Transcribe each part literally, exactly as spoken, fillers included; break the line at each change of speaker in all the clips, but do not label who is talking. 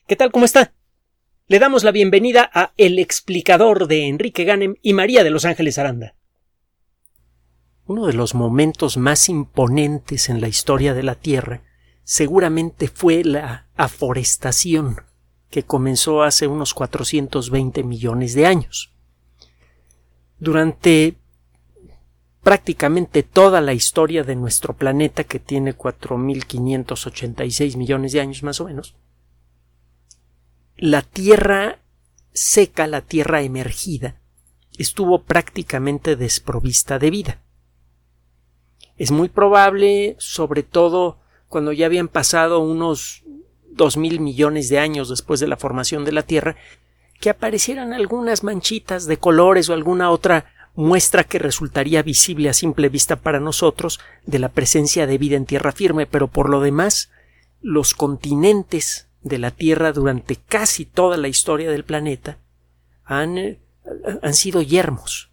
¿Qué tal? ¿Cómo está? Le damos la bienvenida a El Explicador de Enrique Ganem y María de Los Ángeles Aranda. Uno de los momentos más imponentes en la historia de la Tierra seguramente fue la aforestación, que comenzó hace unos cuatrocientos veinte millones de años. Durante prácticamente toda la historia de nuestro planeta, que tiene cuatro mil quinientos ochenta y seis millones de años más o menos, la Tierra seca, la Tierra emergida, estuvo prácticamente desprovista de vida. Es muy probable, sobre todo cuando ya habían pasado unos dos mil millones de años después de la formación de la Tierra, que aparecieran algunas manchitas de colores o alguna otra muestra que resultaría visible a simple vista para nosotros de la presencia de vida en tierra firme, pero por lo demás, los continentes de la Tierra durante casi toda la historia del planeta han, han sido yermos.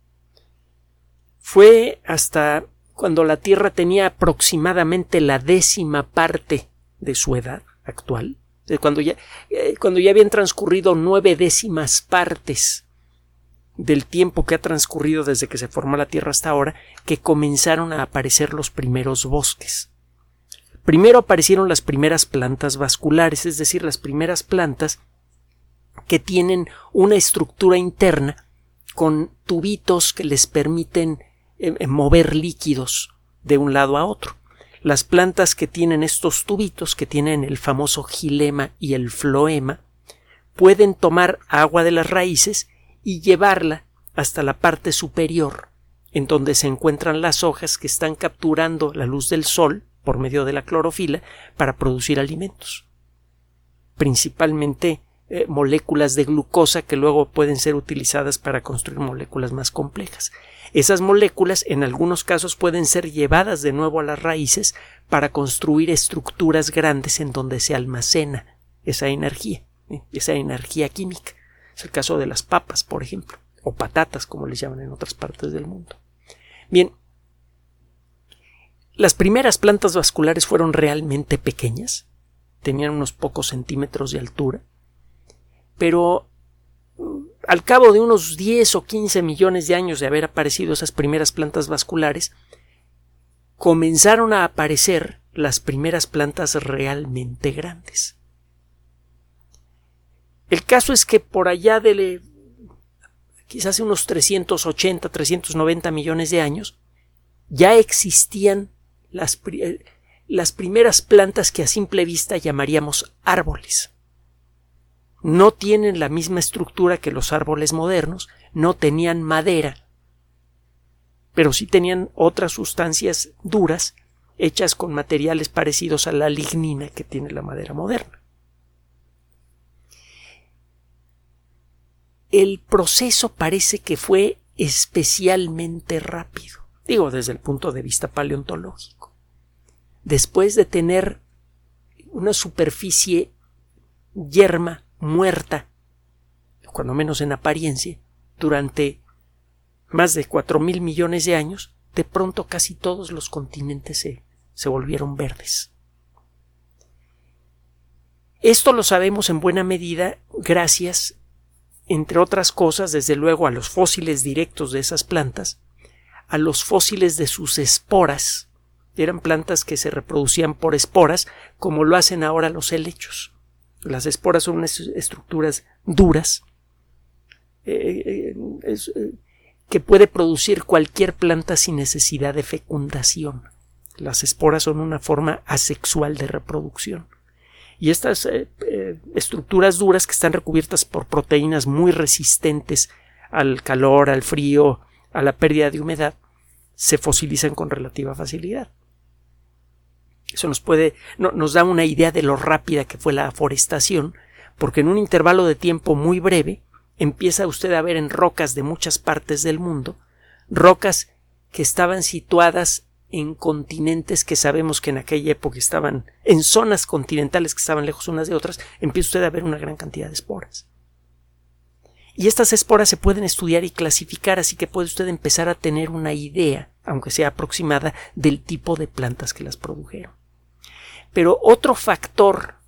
Fue hasta cuando la Tierra tenía aproximadamente la décima parte de su edad actual, cuando ya, cuando ya habían transcurrido nueve décimas partes del tiempo que ha transcurrido desde que se formó la Tierra hasta ahora, que comenzaron a aparecer los primeros bosques. Primero aparecieron las primeras plantas vasculares, es decir, las primeras plantas que tienen una estructura interna con tubitos que les permiten eh, mover líquidos de un lado a otro. Las plantas que tienen estos tubitos, que tienen el famoso xilema y el floema, pueden tomar agua de las raíces y llevarla hasta la parte superior, en donde se encuentran las hojas que están capturando la luz del sol por medio de la clorofila para producir alimentos, principalmente eh, moléculas de glucosa que luego pueden ser utilizadas para construir moléculas más complejas. Esas moléculas en algunos casos pueden ser llevadas de nuevo a las raíces para construir estructuras grandes en donde se almacena esa energía, ¿eh? esa energía química. Es el caso de las papas, por ejemplo, o patatas, como les llaman en otras partes del mundo. Bien, las primeras plantas vasculares fueron realmente pequeñas, tenían unos pocos centímetros de altura, pero al cabo de unos diez o quince millones de años de haber aparecido esas primeras plantas vasculares, comenzaron a aparecer las primeras plantas realmente grandes. El caso es que por allá de quizás unos trescientos ochenta, trescientos noventa millones de años, ya existían las, las primeras plantas que a simple vista llamaríamos árboles. No tienen la misma estructura que los árboles modernos, no tenían madera, pero sí tenían otras sustancias duras hechas con materiales parecidos a la lignina que tiene la madera moderna. El proceso parece que fue especialmente rápido, digo desde el punto de vista paleontológico. Después de tener una superficie yerma, muerta, cuando menos en apariencia, durante más de cuatro mil millones de años, de pronto casi todos los continentes se, se volvieron verdes. Esto lo sabemos en buena medida gracias, entre otras cosas, desde luego, a los fósiles directos de esas plantas, a los fósiles de sus esporas. Eran plantas que se reproducían por esporas, como lo hacen ahora los helechos. Las esporas son unas estructuras duras eh, es, eh, que puede producir cualquier planta sin necesidad de fecundación. Las esporas son una forma asexual de reproducción. Y estas eh, eh, estructuras duras que están recubiertas por proteínas muy resistentes al calor, al frío, a la pérdida de humedad, se fosilizan con relativa facilidad. Eso nos puede, no, nos da una idea de lo rápida que fue la aforestación, porque en un intervalo de tiempo muy breve empieza usted a ver en rocas de muchas partes del mundo, rocas que estaban situadas en continentes que sabemos que en aquella época estaban, en zonas continentales que estaban lejos unas de otras, empieza usted a ver una gran cantidad de esporas. Y estas esporas se pueden estudiar y clasificar, así que puede usted empezar a tener una idea, aunque sea aproximada, del tipo de plantas que las produjeron. Pero otro factor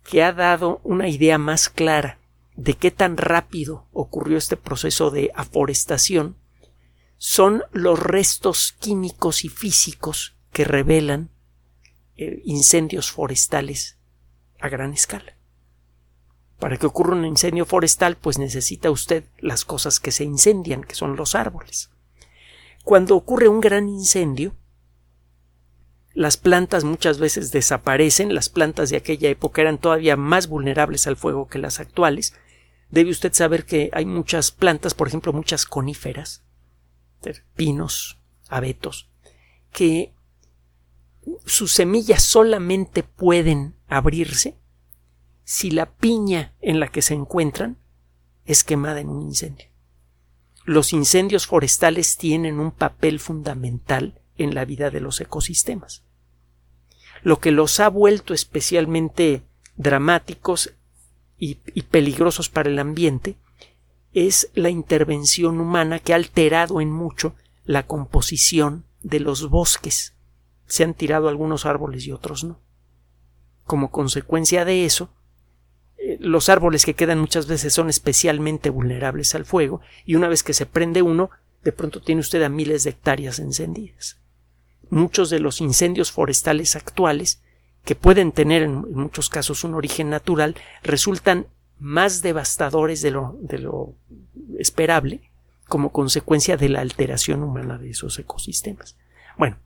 que ha dado una idea más clara de qué tan rápido ocurrió este proceso de aforestación son los restos químicos y físicos que revelan eh, incendios forestales a gran escala. Para que ocurra un incendio forestal, pues necesita usted las cosas que se incendian, que son los árboles. Cuando ocurre un gran incendio, las plantas muchas veces desaparecen. Las plantas de aquella época eran todavía más vulnerables al fuego que las actuales. Debe usted saber que hay muchas plantas, por ejemplo, muchas coníferas, pinos, abetos, que sus semillas solamente pueden abrirse si la piña en la que se encuentran es quemada en un incendio. Los incendios forestales tienen un papel fundamental en la vida de los ecosistemas. Lo que los ha vuelto especialmente dramáticos y, y peligrosos para el ambiente es la intervención humana que ha alterado en mucho la composición de los bosques. Se han tirado algunos árboles y otros no. Como consecuencia de eso, los árboles que quedan muchas veces son especialmente vulnerables al fuego, y una vez que se prende uno, de pronto tiene usted a miles de hectáreas encendidas. Muchos de los incendios forestales actuales, que pueden tener en muchos casos un origen natural, resultan más devastadores de lo, de lo esperable como consecuencia de la alteración humana de esos ecosistemas. Bueno,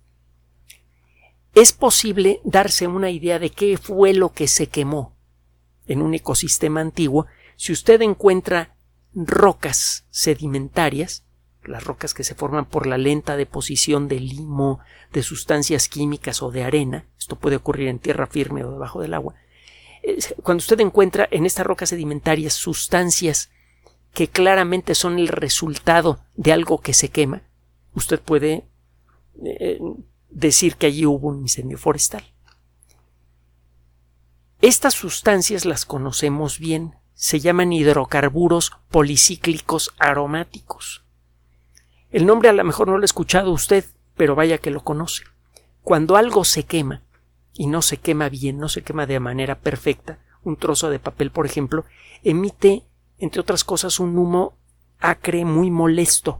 es posible darse una idea de qué fue lo que se quemó en un ecosistema antiguo si usted encuentra rocas sedimentarias, las rocas que se forman por la lenta deposición de limo, de sustancias químicas o de arena. Esto puede ocurrir en tierra firme o debajo del agua. Cuando usted encuentra en estas rocas sedimentarias sustancias que claramente son el resultado de algo que se quema, usted puede eh, decir que allí hubo un incendio forestal. Estas sustancias las conocemos bien, se llaman hidrocarburos policíclicos aromáticos. El nombre a lo mejor no lo ha escuchado usted, pero vaya que lo conoce. Cuando algo se quema, y no se quema bien, no se quema de manera perfecta, un trozo de papel, por ejemplo, emite, entre otras cosas, un humo acre muy molesto.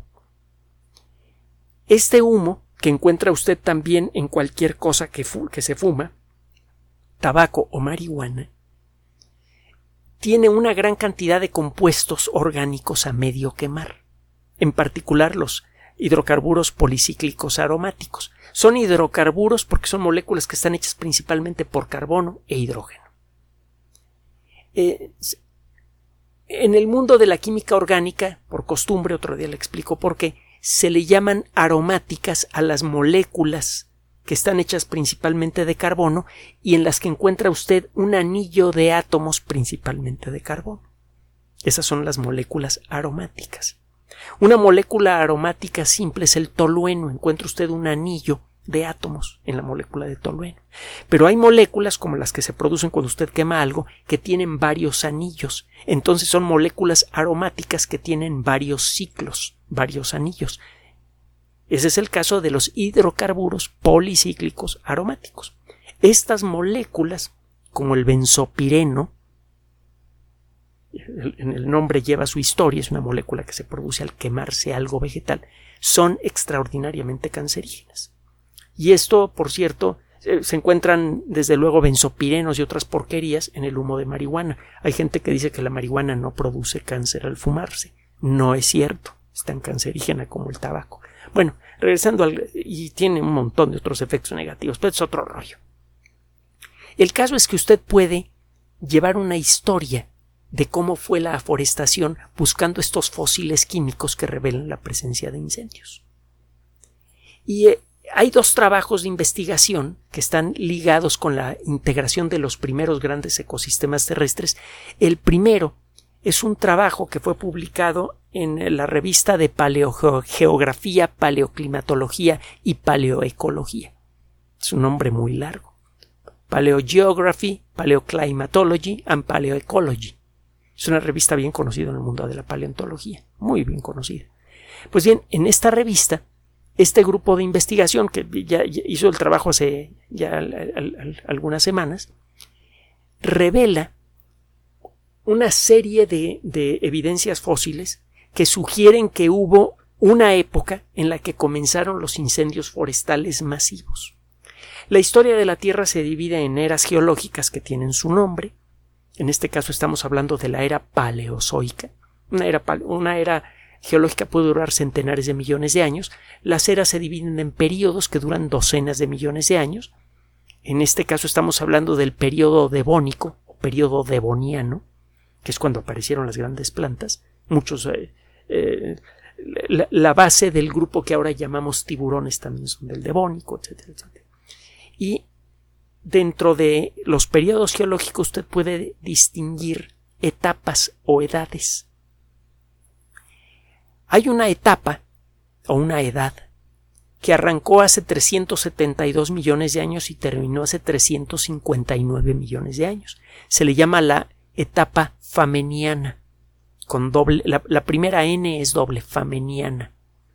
Este humo, que encuentra usted también en cualquier cosa que, fu- que se fuma, tabaco o marihuana, tiene una gran cantidad de compuestos orgánicos a medio quemar, en particular los hidrocarburos policíclicos aromáticos. Son hidrocarburos porque son moléculas que están hechas principalmente por carbono e hidrógeno. Eh, en el mundo de la química orgánica, por costumbre, otro día le explico por qué, se le llaman aromáticas a las moléculas que están hechas principalmente de carbono y en las que encuentra usted un anillo de átomos principalmente de carbono. Esas son las moléculas aromáticas. Una molécula aromática simple es el tolueno. Encuentra usted un anillo de átomos en la molécula de tolueno. Pero hay moléculas como las que se producen cuando usted quema algo que tienen varios anillos. Entonces son moléculas aromáticas que tienen varios ciclos, varios anillos. Ese es el caso de los hidrocarburos policíclicos aromáticos. Estas moléculas, como el benzopireno, en el nombre lleva su historia, es una molécula que se produce al quemarse algo vegetal, son extraordinariamente cancerígenas. Y esto, por cierto, se encuentran desde luego benzopirenos y otras porquerías en el humo de marihuana. Hay gente que dice que la marihuana no produce cáncer al fumarse. No es cierto, es tan cancerígena como el tabaco. Bueno, regresando al... y tiene un montón de otros efectos negativos, pero es otro rollo. El caso es que usted puede llevar una historia de cómo fue la aforestación buscando estos fósiles químicos que revelan la presencia de incendios. Y eh, hay dos trabajos de investigación que están ligados con la integración de los primeros grandes ecosistemas terrestres. El primero es un trabajo que fue publicado en la revista de Paleogeografía, Paleoclimatología y Paleoecología. Es un nombre muy largo. Paleogeography, Paleoclimatology and Paleoecology. Es una revista bien conocida en el mundo de la paleontología, muy bien conocida. Pues bien, en esta revista, este grupo de investigación que ya hizo el trabajo hace ya al, al, al, algunas semanas, revela una serie de, de evidencias fósiles que sugieren que hubo una época en la que comenzaron los incendios forestales masivos. La historia de la Tierra se divide en eras geológicas que tienen su nombre. En este caso estamos hablando de la era paleozoica. Una era, una era geológica puede durar centenares de millones de años. Las eras se dividen en periodos que duran docenas de millones de años. En este caso estamos hablando del periodo devónico o periodo devoniano, que es cuando aparecieron las grandes plantas. Muchos eh, eh, la, la base del grupo que ahora llamamos tiburones también son del devónico, etcétera, etcétera. Y dentro de los periodos geológicos usted puede distinguir etapas o edades. Hay una etapa o una edad que arrancó hace trescientos setenta y dos millones de años y terminó hace trescientos cincuenta y nueve millones de años. Se le llama la etapa fameniana. Con doble, la, la primera N es doble, fameniana.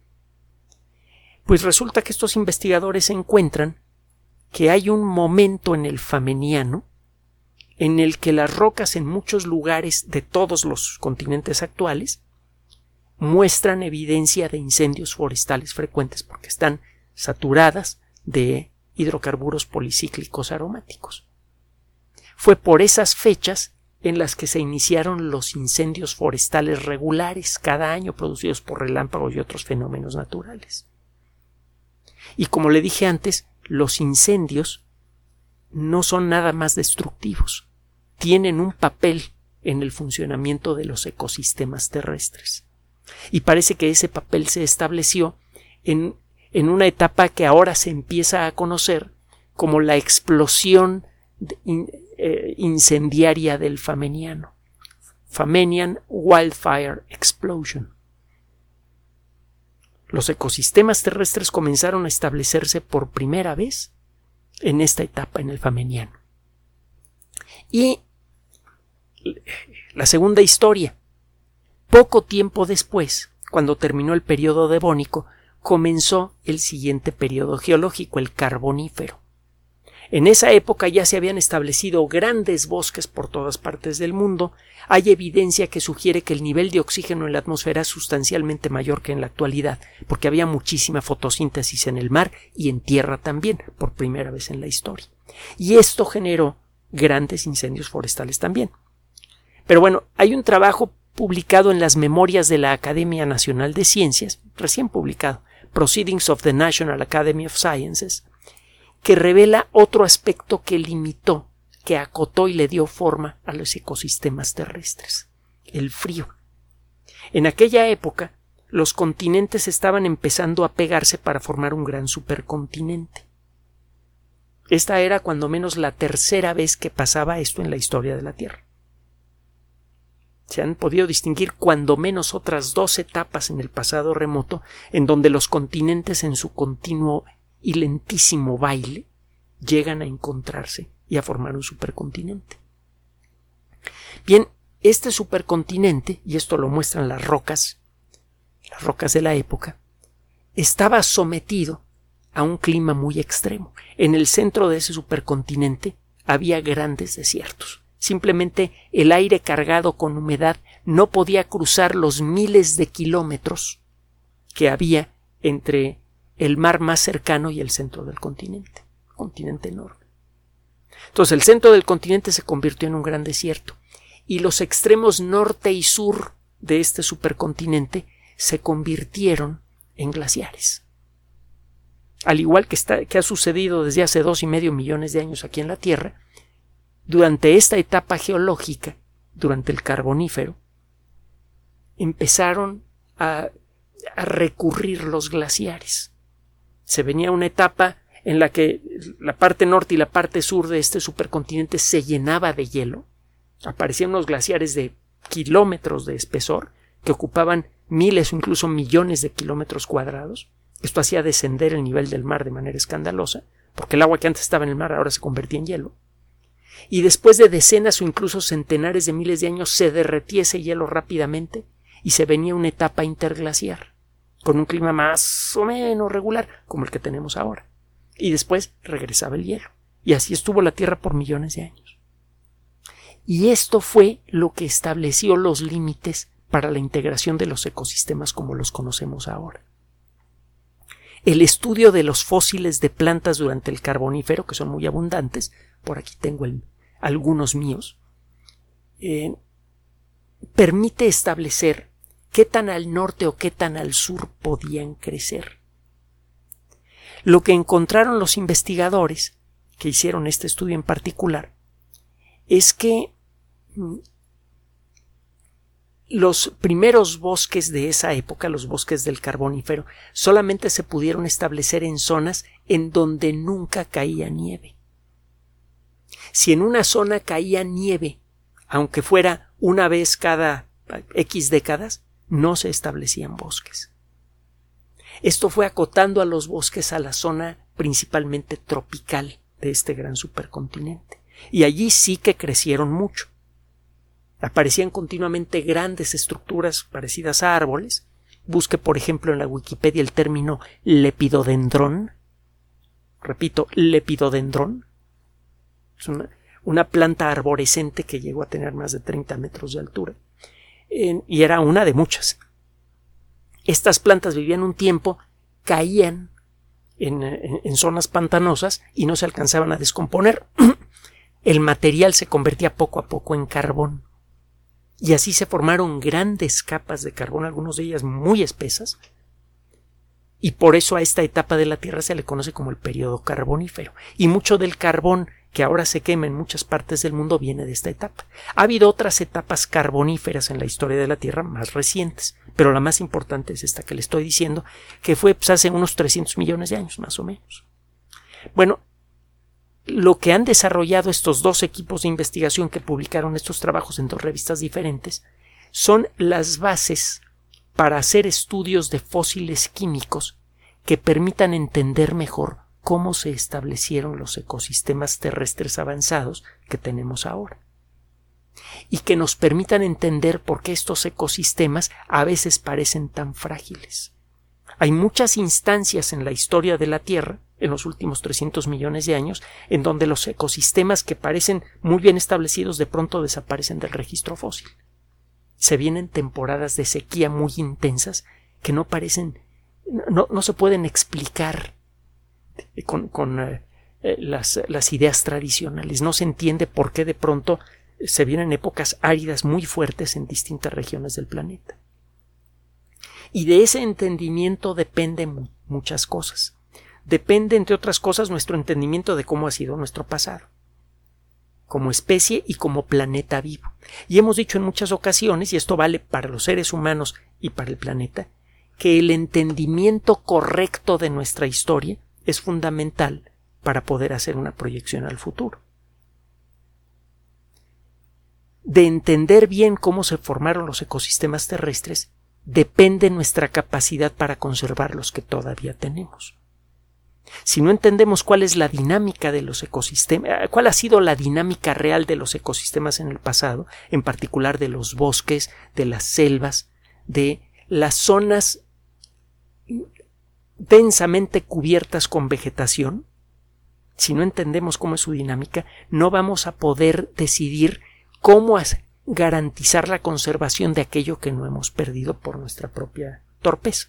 Pues resulta que estos investigadores encuentran que hay un momento en el fameniano en el que las rocas en muchos lugares de todos los continentes actuales muestran evidencia de incendios forestales frecuentes porque están saturadas de hidrocarburos policíclicos aromáticos. Fue por esas fechas en las que se iniciaron los incendios forestales regulares cada año producidos por relámpagos y otros fenómenos naturales. Y como le dije antes, los incendios no son nada más destructivos, tienen un papel en el funcionamiento de los ecosistemas terrestres. Y parece que ese papel se estableció en, en una etapa que ahora se empieza a conocer como la explosión de, in, eh, incendiaria del Fameniano. Famenian Wildfire Explosion. Los ecosistemas terrestres comenzaron a establecerse por primera vez en esta etapa, en el Fameniano. Y la segunda historia, poco tiempo después, cuando terminó el periodo devónico, comenzó el siguiente periodo geológico, el Carbonífero. En esa época ya se habían establecido grandes bosques por todas partes del mundo. Hay evidencia que sugiere que el nivel de oxígeno en la atmósfera es sustancialmente mayor que en la actualidad, porque había muchísima fotosíntesis en el mar y en tierra también, por primera vez en la historia. Y esto generó grandes incendios forestales también. Pero bueno, hay un trabajo publicado en las memorias de la Academia Nacional de Ciencias, recién publicado, Proceedings of the National Academy of Sciences, que revela otro aspecto que limitó, que acotó y le dio forma a los ecosistemas terrestres: el frío. En aquella época, los continentes estaban empezando a pegarse para formar un gran supercontinente. Esta era cuando menos la tercera vez que pasaba esto en la historia de la Tierra. Se han podido distinguir cuando menos otras dos etapas en el pasado remoto en donde los continentes en su continuo y lentísimo baile llegan a encontrarse y a formar un supercontinente. Bien, este supercontinente, y esto lo muestran las rocas, las rocas de la época, estaba sometido a un clima muy extremo. En el centro de ese supercontinente había grandes desiertos. Simplemente el aire cargado con humedad no podía cruzar los miles de kilómetros que había entre el mar más cercano y el centro del continente, un continente enorme. Entonces el centro del continente se convirtió en un gran desierto y los extremos norte y sur de este supercontinente se convirtieron en glaciares. Al igual que, está, que ha sucedido desde hace dos y medio millones de años aquí en la Tierra, durante esta etapa geológica, durante el Carbonífero, empezaron a, a recurrir los glaciares. Se venía una etapa en la que la parte norte y la parte sur de este supercontinente se llenaba de hielo. Aparecían unos glaciares de kilómetros de espesor que ocupaban miles o incluso millones de kilómetros cuadrados. Esto hacía descender el nivel del mar de manera escandalosa, porque el agua que antes estaba en el mar ahora se convertía en hielo. Y después de decenas o incluso centenares de miles de años se derretía ese hielo rápidamente y se venía una etapa interglaciar, con un clima más o menos regular, como el que tenemos ahora. Y después regresaba el hielo. Y así estuvo la Tierra por millones de años. Y esto fue lo que estableció los límites para la integración de los ecosistemas como los conocemos ahora. El estudio de los fósiles de plantas durante el Carbonífero, que son muy abundantes, por aquí tengo el, algunos míos, eh, permite establecer qué tan al norte o qué tan al sur podían crecer. Lo que encontraron los investigadores que hicieron este estudio en particular es que los primeros bosques de esa época, los bosques del Carbonífero, solamente se pudieron establecer en zonas en donde nunca caía nieve. Si en una zona caía nieve, aunque fuera una vez cada X décadas, no se establecían bosques. Esto fue acotando a los bosques a la zona principalmente tropical de este gran supercontinente. Y allí sí que crecieron mucho. Aparecían continuamente grandes estructuras parecidas a árboles. Busque, por ejemplo, en la Wikipedia el término lepidodendrón. Repito, lepidodendrón. Es una, una planta arborescente que llegó a tener más de treinta metros de altura. En, y era una de muchas. Estas plantas vivían un tiempo, caían en, en, en zonas pantanosas y no se alcanzaban a descomponer. El material se convertía poco a poco en carbón. Y así se formaron grandes capas de carbón, algunas de ellas muy espesas, y por eso a esta etapa de la Tierra se le conoce como el periodo carbonífero. Y mucho del carbón que ahora se quema en muchas partes del mundo viene de esta etapa. Ha habido otras etapas carboníferas en la historia de la Tierra más recientes, pero la más importante es esta que le estoy diciendo, que fue pues, hace unos trescientos millones de años, más o menos. Bueno, lo que han desarrollado estos dos equipos de investigación que publicaron estos trabajos en dos revistas diferentes son las bases para hacer estudios de fósiles químicos que permitan entender mejor cómo se establecieron los ecosistemas terrestres avanzados que tenemos ahora y que nos permitan entender por qué estos ecosistemas a veces parecen tan frágiles. Hay muchas instancias en la historia de la Tierra en los últimos trescientos millones de años, en donde los ecosistemas que parecen muy bien establecidos de pronto desaparecen del registro fósil. Se vienen temporadas de sequía muy intensas que no parecen, no, no se pueden explicar con, con eh, las, las ideas tradicionales. No se entiende por qué de pronto se vienen épocas áridas muy fuertes en distintas regiones del planeta. Y de ese entendimiento dependen muchas cosas. Depende, entre otras cosas, nuestro entendimiento de cómo ha sido nuestro pasado, como especie y como planeta vivo. Y hemos dicho en muchas ocasiones, y esto vale para los seres humanos y para el planeta, que el entendimiento correcto de nuestra historia es fundamental para poder hacer una proyección al futuro. De entender bien cómo se formaron los ecosistemas terrestres depende nuestra capacidad para conservar los que todavía tenemos. Si no entendemos cuál es la dinámica de los ecosistemas, cuál ha sido la dinámica real de los ecosistemas en el pasado, en particular de los bosques, de las selvas, de las zonas densamente cubiertas con vegetación, si no entendemos cómo es su dinámica, no vamos a poder decidir cómo garantizar la conservación de aquello que no hemos perdido por nuestra propia torpeza.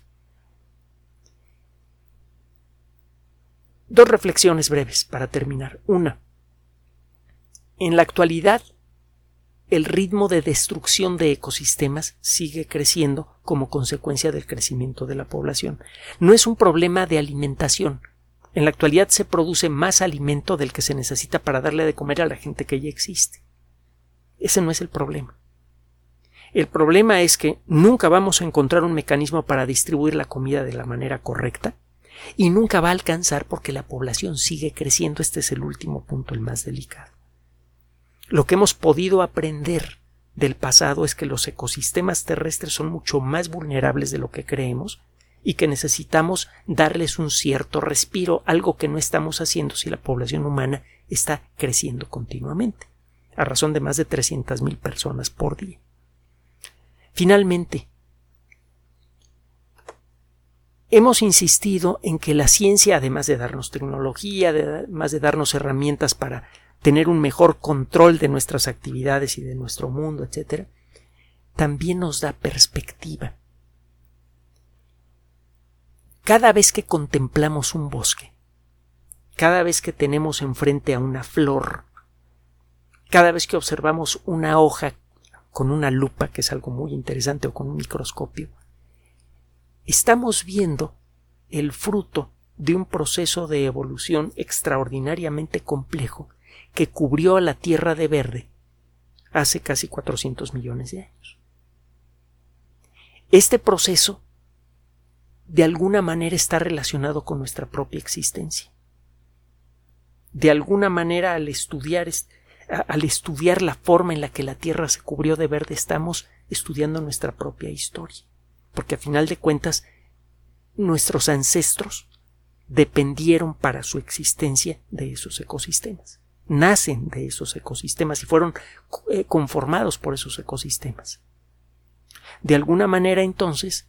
Dos reflexiones breves para terminar. Una, en la actualidad el ritmo de destrucción de ecosistemas sigue creciendo como consecuencia del crecimiento de la población. No es un problema de alimentación. En la actualidad se produce más alimento del que se necesita para darle de comer a la gente que ya existe. Ese no es el problema. El problema es que nunca vamos a encontrar un mecanismo para distribuir la comida de la manera correcta y nunca va a alcanzar porque la población sigue creciendo. Este es el último punto, el más delicado. Lo que hemos podido aprender del pasado es que los ecosistemas terrestres son mucho más vulnerables de lo que creemos y que necesitamos darles un cierto respiro, algo que no estamos haciendo si la población humana está creciendo continuamente, a razón de más de trescientas mil personas por día. Finalmente, hemos insistido en que la ciencia, además de darnos tecnología, además de darnos herramientas para tener un mejor control de nuestras actividades y de nuestro mundo, etcétera, también nos da perspectiva. Cada vez que contemplamos un bosque, cada vez que tenemos enfrente a una flor, cada vez que observamos una hoja con una lupa, que es algo muy interesante, o con un microscopio, estamos viendo el fruto de un proceso de evolución extraordinariamente complejo que cubrió a la Tierra de verde hace casi cuatrocientos millones de años. Este proceso de alguna manera está relacionado con nuestra propia existencia. De alguna manera, al estudiar, al estudiar la forma en la que la Tierra se cubrió de verde, estamos estudiando nuestra propia historia. Porque a final de cuentas, nuestros ancestros dependieron para su existencia de esos ecosistemas. Nacen de esos ecosistemas y fueron eh, conformados por esos ecosistemas. De alguna manera, entonces,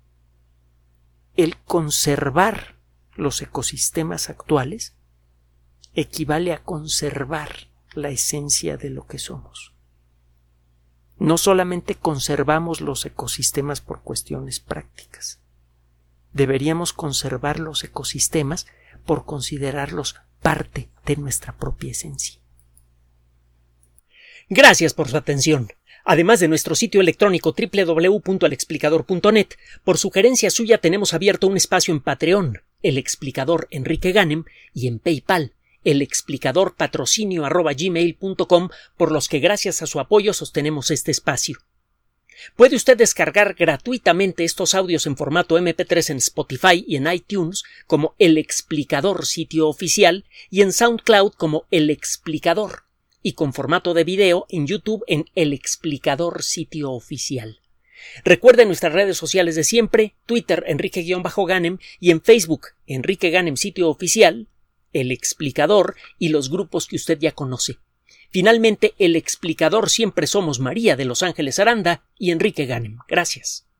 el conservar los ecosistemas actuales equivale a conservar la esencia de lo que somos. No solamente conservamos los ecosistemas por cuestiones prácticas. Deberíamos conservar los ecosistemas por considerarlos parte de nuestra propia esencia. Gracias por su atención. Además de nuestro sitio electrónico doble u doble u doble u punto el explicador punto net, por sugerencia suya tenemos abierto un espacio en Patreon, El Explicador Enrique Ganem, y en PayPal, el explicador patrocinio arroba gmail punto com, por los que gracias a su apoyo sostenemos este espacio. Puede usted descargar gratuitamente estos audios en formato eme pe tres en Spotify y en iTunes como El Explicador Sitio Oficial y en SoundCloud como El Explicador, y con formato de video en YouTube en El Explicador Sitio Oficial. Recuerde nuestras redes sociales de siempre, Twitter Enrique-Ganem y en Facebook Enrique Ganem Sitio Oficial, El Explicador y los grupos que usted ya conoce. Finalmente, El Explicador siempre somos María de Los Ángeles Aranda y Enrique Ganem. Gracias.